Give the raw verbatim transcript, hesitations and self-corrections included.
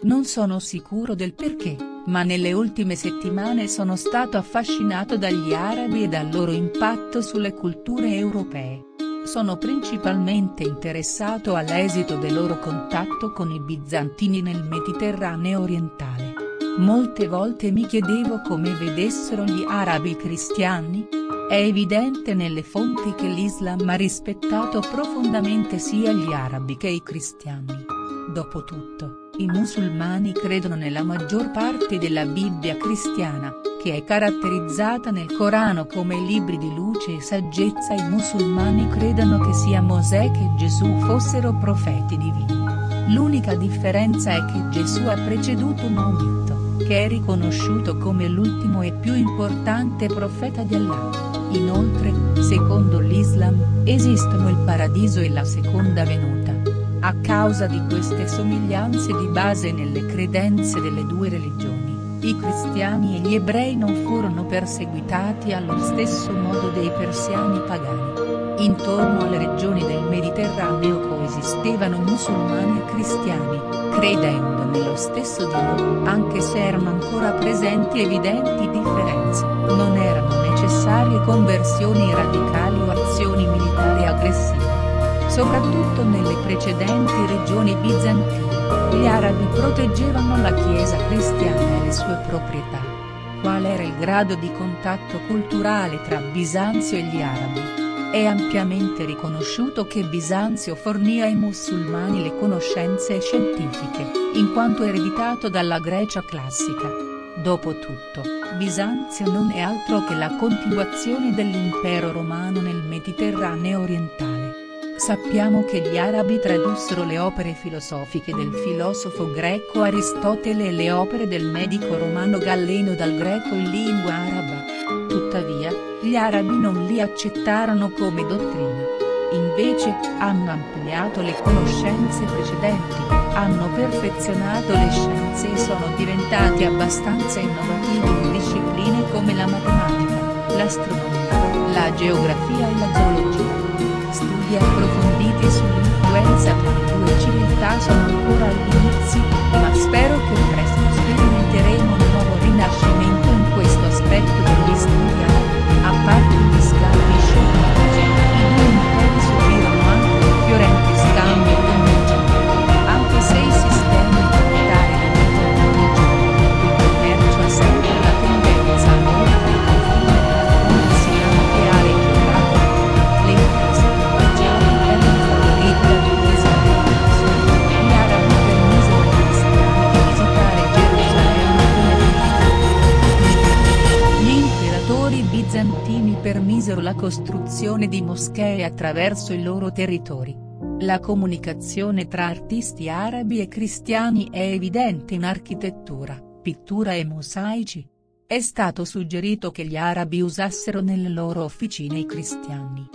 Non sono sicuro del perché, ma nelle ultime settimane sono stato affascinato dagli arabi e dal loro impatto sulle culture europee. Sono principalmente interessato all'esito del loro contatto con i bizantini nel Mediterraneo orientale. Molte volte mi chiedevo come vedessero gli arabi i cristiani. È evidente nelle fonti che l'Islam ha rispettato profondamente sia gli arabi che i cristiani. Dopotutto, i musulmani credono nella maggior parte della Bibbia cristiana, che è caratterizzata nel Corano come libri di luce e saggezza. I musulmani credono che sia Mosè che Gesù fossero profeti divini. L'unica differenza è che Gesù ha preceduto Maometto, che è riconosciuto come l'ultimo e più importante profeta di Allah. Inoltre, secondo l'Islam, esistono il paradiso e la seconda venuta. A causa di queste somiglianze di base nelle credenze delle due religioni, i cristiani e gli ebrei non furono perseguitati allo stesso modo dei persiani pagani. Intorno alle regioni del Mediterraneo coesistevano musulmani e cristiani, credendo nello stesso Dio, anche se erano ancora presenti evidenti differenze. Non erano necessarie conversioni radicali o azioni militari aggressive. Soprattutto nelle precedenti regioni bizantine, gli arabi proteggevano la Chiesa cristiana e le sue proprietà. Qual era il grado di contatto culturale tra Bisanzio e gli arabi? È ampiamente riconosciuto che Bisanzio fornì ai musulmani le conoscenze scientifiche, in quanto ereditato dalla Grecia classica. Dopotutto, Bisanzio non è altro che la continuazione dell'impero romano nel Mediterraneo orientale. Sappiamo che gli arabi tradussero le opere filosofiche del filosofo greco Aristotele e le opere del medico romano Galeno dal greco in lingua araba. Tuttavia, gli arabi non li accettarono come dottrina. Invece, hanno ampliato le conoscenze precedenti, hanno perfezionato le scienze e sono diventati abbastanza innovativi in discipline come la matematica, l'astronomia, la geografia e la zoologia. Studi approfonditi sull'influenza tra le due civiltà sono ancora agli inizi, ma spero che presto sperimenteremo un nuovo rinascimento in questo aspetto degli studi arabi. A parte gli scambi scientifici, i due imperi subirono anche un fiorente scambio commerciale. Anche se i sistemi monetari diventano il commercio ha sempre la tendenza a oltre il confine per fondersi in ampie aree geografiche. Le imprese commerciali erano favorite da difesa delle nazioni. Gli arabi permisero ai cristiani di visitare Gerusalemme come pilgrimaggi. Gli imperatori bizantini permisero la costruzione di moschee attraverso i loro territori. La comunicazione tra artisti arabi e cristiani è evidente in architettura, pittura e mosaici. È stato suggerito che gli arabi usassero nelle loro officine i cristiani.